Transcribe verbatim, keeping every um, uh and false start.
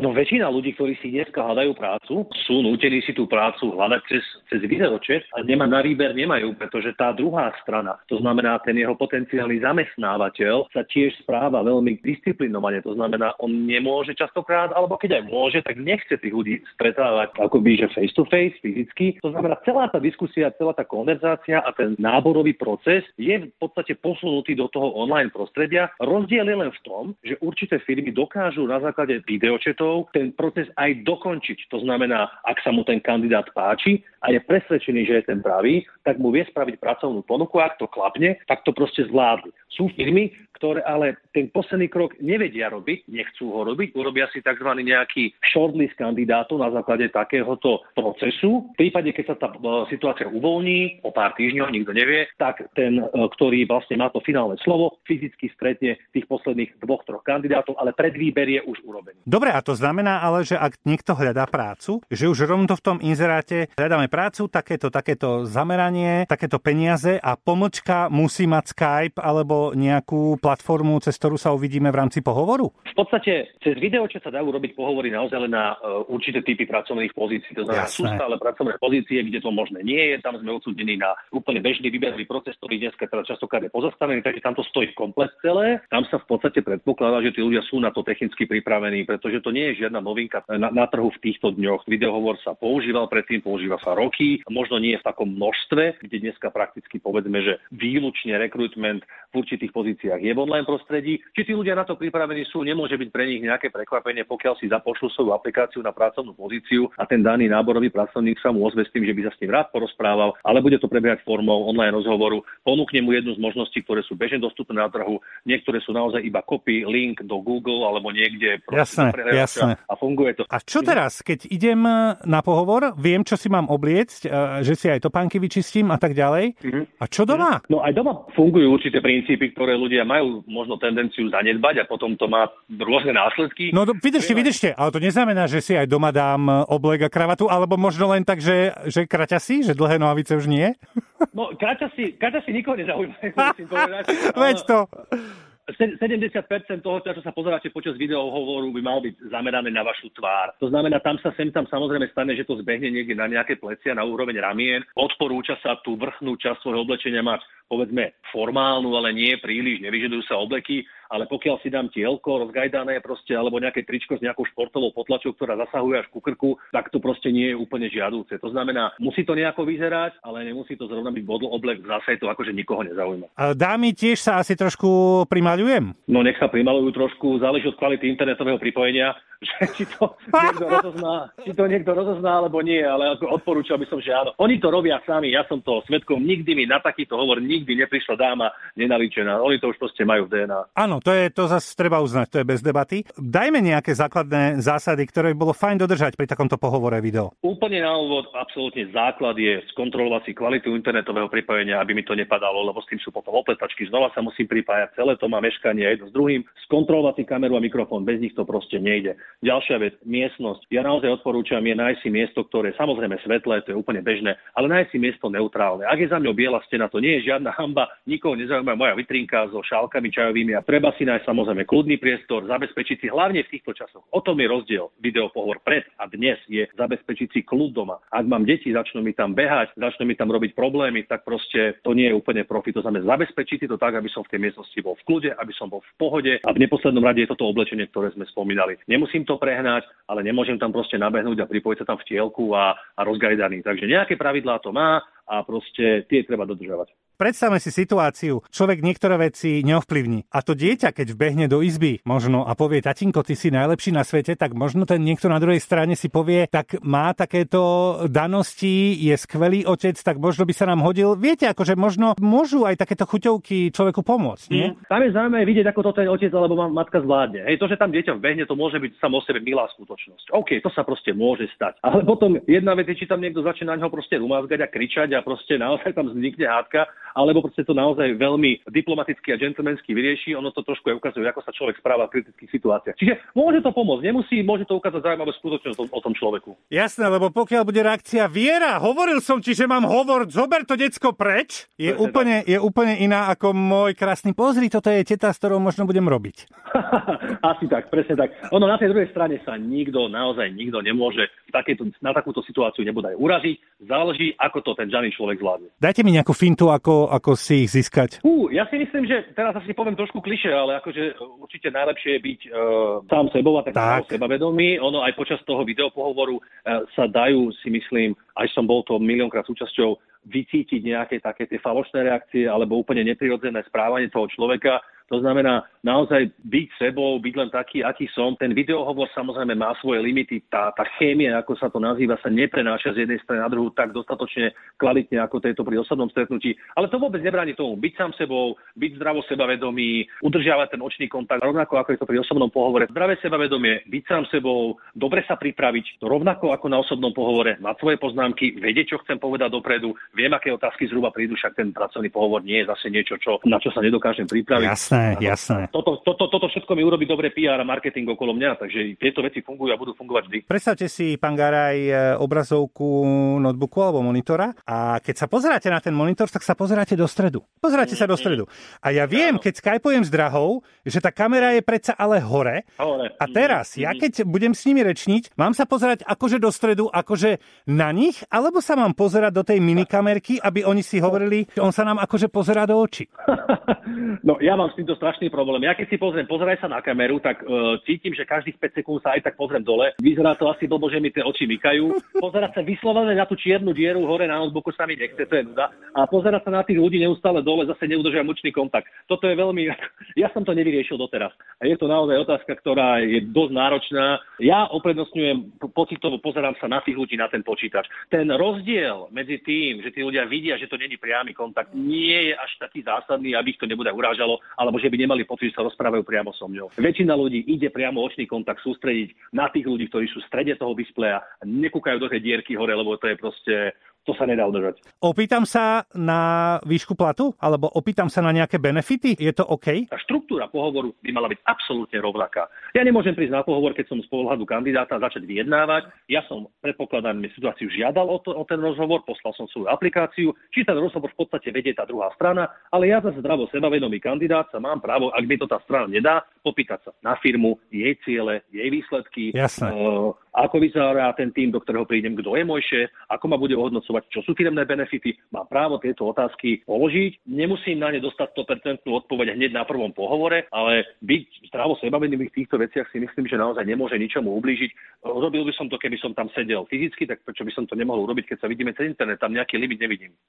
No väčšina ľudí, ktorí si dneska hľadajú prácu, sú nútení si tú prácu hľadať cez, cez videočet a nemá na výber nemajú, pretože tá druhá strana, to znamená ten jeho potenciálny zamestnávateľ, sa tiež správa veľmi disciplinovane. To znamená, on nemôže častokrát, alebo keď aj môže, tak nechce tých ľudí stretávať akoby, že face to face, fyzicky. To znamená, celá tá diskusia, celá tá konverzácia a ten náborový proces je v podstate posunutý do toho online prostredia. Rozdiel je len v tom, že určité firmy dokážu na základe videočetov ten proces aj dokončiť. To znamená, ak sa mu ten kandidát páči a je presvedčený, že je ten pravý, tak mu vie spraviť pracovnú ponuku, ak to klapne, tak to proste zvládli. Sú firmy, ktoré ale ten posledný krok nevedia robiť, nechcú ho robiť, urobia si tzv. Nejaký shortlist kandidátov na základe takéhoto procesu. V prípade, keď sa tá situácia uvoľní, o pár týždňov, nikto nevie, tak ten, ktorý vlastne má to finálne slovo, fyzicky stretne tých posledných dvoch, troch kandidátov, ale predvýber je už urobený. Dobre, a to znamená ale, že ak niekto hľadá prácu, že už rovno v tom inzeráte hľadáme prácu, takéto, takéto zameranie, takéto peniaze a pomlčka musí mať Skype alebo nejakú platformu, cez ktorú sa uvidíme v rámci pohovoru? V podstate cez videočet sa dajú robiť pohovory naozaj len na uh, určité typy pracovných pozícií. To znamená, sú stále pracovné pozície, kde to možné nie je. Tam sme odsúdení na úplne bežný výberový proces, ktorý dneska teda častokrát je pozastavený, takže tam to stojí komplet celé. Tam sa v podstate predpokladá, že tí ľudia sú na to technicky pripravení, pretože to nie je žiadna novinka na, na trhu v týchto dňoch. Videohovor sa používal predtým, používa sa roky, možno nie v takom množstve, kde dneska prakticky povedzme, že výlučne rekrutment v určitých pozíciách je v online prostredí. Či tí ľudia na to pripravení sú, nemôže byť pre nich nejaké prekvapenie, pokiaľ si zapošlú svoju aplikáciu na pracovnú pozíciu a ten daný náborový pracovník sa mu ozve s tým, že by sa s ním rád porozprával, ale bude to prebiehať formou online rozhovoru. Ponúkne mu jednu z možností, ktoré sú bežne dostupné na trhu. Niektoré sú naozaj iba copy, link do Google alebo niekde. Jasné, jasné. A funguje to. A čo teraz, keď idem na pohovor, viem, čo si mám obliecť, že si aj topánky vyčistím a tak ďalej. Mm-hmm. A čo doma? No aj doma fungujú určité princípy, ktoré ľudia majú možno tendenciu zanedbať a potom to má rôzne následky. No vydržte, vydržte, ale to neznamená, že si aj doma dám oblek a kravatu, alebo možno len tak, že, že kraťasy, že dlhé nohavice už nie? No kraťasy, kraťasy nikoho nezaujímajú, musím povedať. Veď to. sedemdesiat percent toho, čo sa pozeráte počas videohovoru, by mal byť zamerané na vašu tvár. To znamená, tam sa sem tam samozrejme stane, že to zbehne niekde na nejaké plecia, na úroveň ramien. Odporúča sa tú vrchnú časť svojho oblečenia mať, povedzme, formálnu, ale nie príliš, nevyžadujú sa obleky, ale pokiaľ si dám tielko rozgajdané proste, alebo nejaké tričko s nejakou športovou potlačou, ktorá zasahuje až ku krku, tak to proste nie je úplne žiadúce. To znamená, musí to nejako vyzerať, ale nemusí to zrovna byť bodl oblek, zase to akože nikoho nezaujíma. A dámy tiež sa asi trošku primaľujem? No nech sa primaľujú trošku, záleží od kvality internetového pripojenia, že či to niekto rozozná, či to niekto rozozná alebo nie, ale ako odporúčal by som, že áno. Oni to robia sami, ja som to svedkom, nikdy mi na takýto hovor nikdy neprišla dáma nenalíčená. Oni to už proste majú v dé en á. Áno, to je to zase treba uznať, to je bez debaty. Dajme nejaké základné zásady, ktoré by bolo fajn dodržať pri takomto pohovore video. Úplne na úvod, absolútne základ je skontrolovať si kvalitu internetového pripojenia, aby mi to nepadalo, lebo s tým sú potom opletačky. Znova sa musím pripájať, celé to má meškanie jedno s druhým. Skontrolovať si kameru a mikrofón, bez nich to proste nejde. Ďalšia vec, miestnosť. Ja naozaj odporúčam je nájsť si miesto, ktoré je samozrejme svetlé, to je úplne bežné, ale nájsť si miesto neutrálne. Ak je za mňou biela stena, to nie je žiadna hanba, nikoho nezaujíma moja vitrinka so šálkami čajovými a treba si nájsť samozrejme kľudný priestor, zabezpečiť si hlavne v týchto časoch. O tom je rozdiel. Videopohovor pred a dnes je zabezpečiť si kľud doma. Ak mám deti, začnú mi tam behať, začnú mi tam robiť problémy, tak proste to nie je úplne profit. To znamená zabezpečiť si to tak, aby som v tej miestnosti bol v kľude, aby som bol v pohode a v neposlednom rade je toto oblečenie, ktoré sme spomínali. Nemusím to prehnať, ale nemôžem tam proste nabehnúť a pripojiť sa tam v tielku a, a rozgajdaný. Takže nejaké pravidlá to má a proste tie treba dodržovať. Predstavme si situáciu, človek niektoré veci neovplyvní. A to dieťa, keď vbehne do izby možno a povie, tatinko, ty si najlepší na svete, tak možno ten niekto na druhej strane si povie, tak má takéto danosti, je skvelý otec, tak možno by sa nám hodil. Viete, akože možno môžu aj takéto chuťovky človeku pomôcť, nie? Mm. Tam je zaujímavé vidieť, ako to ten otec alebo matka zvládne. Hej, to, že tam dieťa vbehne, to môže byť samo o sebe milá skutočnosť. OK, to sa proste môže stať. Ale potom jedna vec je, či tam niekto začne na ňo proste rumázgať a kričať a proste naozaj tam vznikne hádka, alebo proste to naozaj veľmi diplomaticky a gentlemansky vyrieši, ono to trošku aj ukazuje, ako sa človek správa v kritických situáciách. Čiže môže to pomôcť, nemusí, môže to ukázať zaujímavé skutočnosť o, o tom človeku. Jasné, lebo pokiaľ bude reakcia Viera, hovoril som ti, že mám hovor, zober to decko preč, je úplne, je úplne iná ako môj krásny pozri, toto je teta, s ktorou možno budem robiť. Asi tak, presne tak. Ono na tej druhej strane sa nikto, naozaj nikto nemôže takéto, na takúto situáciu nebude aj uraziť. Záleží, ako to ten daný človek zvládne. Dajte mi nejakú fintu, ako, ako si ich získať. Ú, ja si myslím, že teraz asi poviem trošku klišé, ale akože určite najlepšie je byť uh, sám sebou a tak, tak. sebavedomý. Ono aj počas toho videopohovoru uh, sa dajú, si myslím, aj som bol to miliónkrát súčasťou, vycítiť nejaké také tie falošné reakcie alebo úplne neprirodzené správanie toho človeka. To znamená naozaj byť sebou, byť len taký, aký som. Ten videohovor samozrejme má svoje limity. Tá, tá chémia, ako sa to nazýva, sa neprenáša z jednej strany na druhú tak dostatočne kvalitne, ako to je to pri osobnom stretnutí. Ale to vôbec nebráni tomu. Byť sám sebou, byť zdravo sebavedomý, udržiavať ten očný kontakt, rovnako ako je to pri osobnom pohovore. Zdravé sebavedomie, byť sám sebou, dobre sa pripraviť, rovnako ako na osobnom pohovore, mať svoje poznámky, vedieť, čo chcem povedať dopredu, viem, aké otázky zhruba prídu, však ten pracovný pohovor nie je zase niečo, čo, na čo sa nedokážem pripraviť. Jasné. Jasné. Toto, toto, toto všetko mi urobí dobre pé er a marketing okolo mňa, takže tieto veci fungujú a budú fungovať vždy. Predstavte si, pán Garaj, obrazovku notebooku alebo monitora a keď sa pozeráte na ten monitor, tak sa pozeráte do stredu. Pozeráte sa do stredu. A ja viem, keď skypujem s Drahou, že tá kamera je predsa ale hore. hore. A teraz, ja keď budem s nimi rečniť, mám sa pozerať akože do stredu, akože na nich, alebo sa mám pozerať do tej minikamerky, aby oni si hovorili, že on sa nám akože pozerá do očí. No, ja mám s týmto strašný problém. Ja keď si pozriem, pozeraj sa na kameru, tak uh, cítim, že každých päť sekúnd sa aj tak pozriem dole. Vyzerá to asi blbo, že mi tie oči mykajú. Pozerať sa vyslovene na tú čiernu dieru hore na notebooku sa mi nechce, to je nuda. A pozerať sa na tých ľudí neustále dole, zase neudržujem očný kontakt. Toto je veľmi... Ja som to nevyriešil doteraz. A je to naozaj otázka, ktorá je dosť náročná. Ja uprednostňujem pocitovo, pozerám sa na tých ľudí, na ten počítač. Ten rozdiel medzi tým, že tí ľudia vidia, že to není priamy kontakt, nie je až taký zásadný, aby ich to nebude urážalo, alebo že by nemali pocit, že sa rozprávajú priamo so mňou. Väčšina ľudí ide priamo očný kontakt sústrediť na tých ľudí, ktorí sú v strede toho displeja a nekúkajú do tej dierky hore, lebo to je proste... To sa nedá udržať. Opýtam sa na výšku platu? Alebo opýtam sa na nejaké benefity? Je to OK? Tá štruktúra pohovoru by mala byť absolútne rovnaká. Ja nemôžem prísť na pohovor, keď som z pohľadu kandidáta začať vyjednávať. Ja som, predpokladám, situáciu žiadal o, to, o ten rozhovor, poslal som svoju aplikáciu, či ten rozhovor v podstate vedie tá druhá strana, ale ja za zdravo sebavedomý kandidát sa mám právo, ak mi to tá strana nedá, popýtať sa na firmu, jej ciele, jej výsledky. Jasné. Uh, ako vyzerá ten tým, do ktorého prídem, kto je môj šéf, ako ma bude ohodnocovať, čo sú firemné benefity. Mám právo tieto otázky položiť. Nemusím na ne dostať sto percent odpoveď hneď na prvom pohovore, ale byť zdravo sebavedomý v týchto veciach si myslím, že naozaj nemôže ničomu ublížiť. Robil by som to, keby som tam sedel fyzicky, tak prečo by som to nemohol urobiť, keď sa vidíme cez internet, tam nejaký limit nevidím.